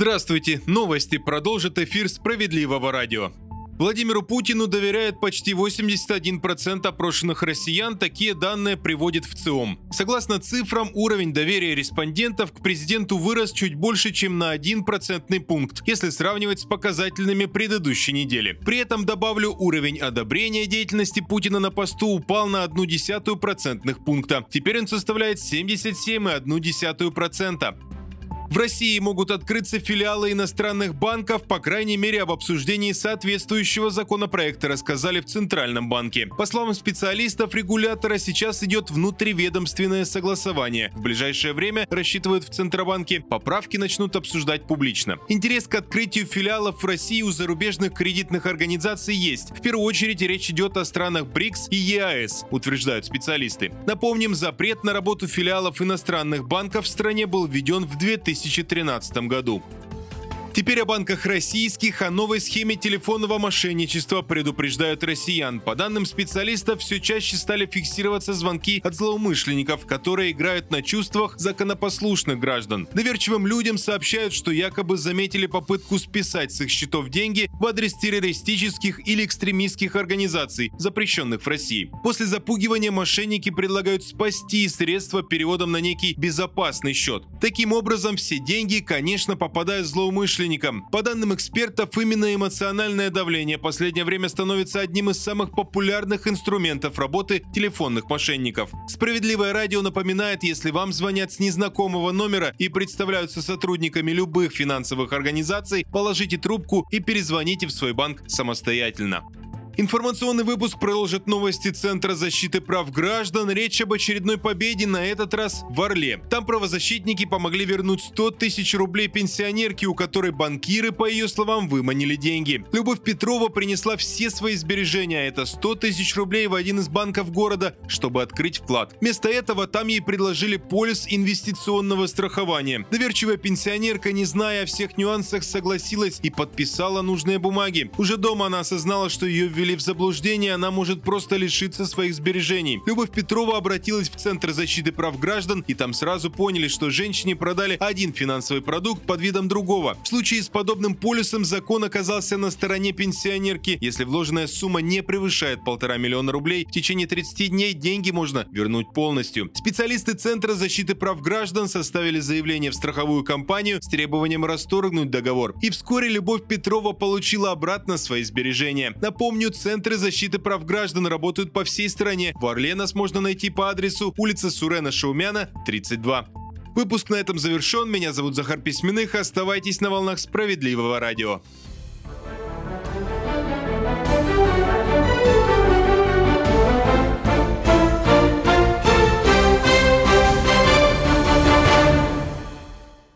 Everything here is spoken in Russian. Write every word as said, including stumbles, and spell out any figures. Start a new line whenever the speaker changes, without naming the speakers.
Здравствуйте! Новости продолжит эфир «Справедливого радио». Владимиру Путину доверяет почти восемьдесят один процент опрошенных россиян, такие данные приводит в ЦИОМ. Согласно цифрам, уровень доверия респондентов к президенту вырос чуть больше, чем на один процентный пункт, если сравнивать с показателями предыдущей недели. При этом, добавлю, уровень одобрения деятельности Путина на посту упал на одну десятую процентных пункта. Теперь он составляет семьдесят семь целых одну десятую процента. В России могут открыться филиалы иностранных банков, по крайней мере, об обсуждении соответствующего законопроекта рассказали в Центральном банке. По словам специалистов регулятора, сейчас идет внутриведомственное согласование. В ближайшее время, рассчитывают в Центробанке, поправки начнут обсуждать публично. Интерес к открытию филиалов в России у зарубежных кредитных организаций есть. В первую очередь речь идет о странах БРИКС и ЕАЭС, утверждают специалисты. Напомним, запрет на работу филиалов иностранных банков в стране был введен в две тысячи тринадцатом году. Теперь о банках российских, о новой схеме телефонного мошенничества предупреждают россиян. По данным специалистов, все чаще стали фиксироваться звонки от злоумышленников, которые играют на чувствах законопослушных граждан. Доверчивым людям сообщают, что якобы заметили попытку списать с их счетов деньги в адрес террористических или экстремистских организаций, запрещенных в России. После запугивания мошенники предлагают спасти средства переводом на некий безопасный счет. Таким образом, все деньги, конечно, попадают злоумышленникам. По данным экспертов, именно эмоциональное давление в последнее время становится одним из самых популярных инструментов работы телефонных мошенников. Справедливое радио напоминает, если вам звонят с незнакомого номера и представляются сотрудниками любых финансовых организаций, положите трубку и перезвоните в свой банк самостоятельно. Информационный выпуск продолжит новости Центра защиты прав граждан. Речь об очередной победе, на этот раз в Орле. Там правозащитники помогли вернуть сто тысяч рублей пенсионерке, у которой банкиры, по ее словам, выманили деньги. Любовь Петрова принесла все свои сбережения, а это сто тысяч рублей в один из банков города, чтобы открыть вклад. Вместо этого там ей предложили полис инвестиционного страхования. Доверчивая пенсионерка, не зная о всех нюансах, согласилась и подписала нужные бумаги. Уже дома она осознала, что ее ввели в заблуждение, она может просто лишиться своих сбережений. Любовь Петрова обратилась в Центр защиты прав граждан, и там сразу поняли, что женщине продали один финансовый продукт под видом другого. В случае с подобным полисом закон оказался на стороне пенсионерки. Если вложенная сумма не превышает полтора миллиона рублей, в течение тридцати дней деньги можно вернуть полностью. Специалисты Центра защиты прав граждан составили заявление в страховую компанию с требованием расторгнуть договор. И вскоре Любовь Петрова получила обратно свои сбережения. Напомню, Центры защиты прав граждан работают по всей стране. В Орле нас можно найти по адресу улица Сурена Шаумяна, тридцать два. Выпуск на этом завершен. Меня зовут Захар Письменных. Оставайтесь на волнах Справедливого радио.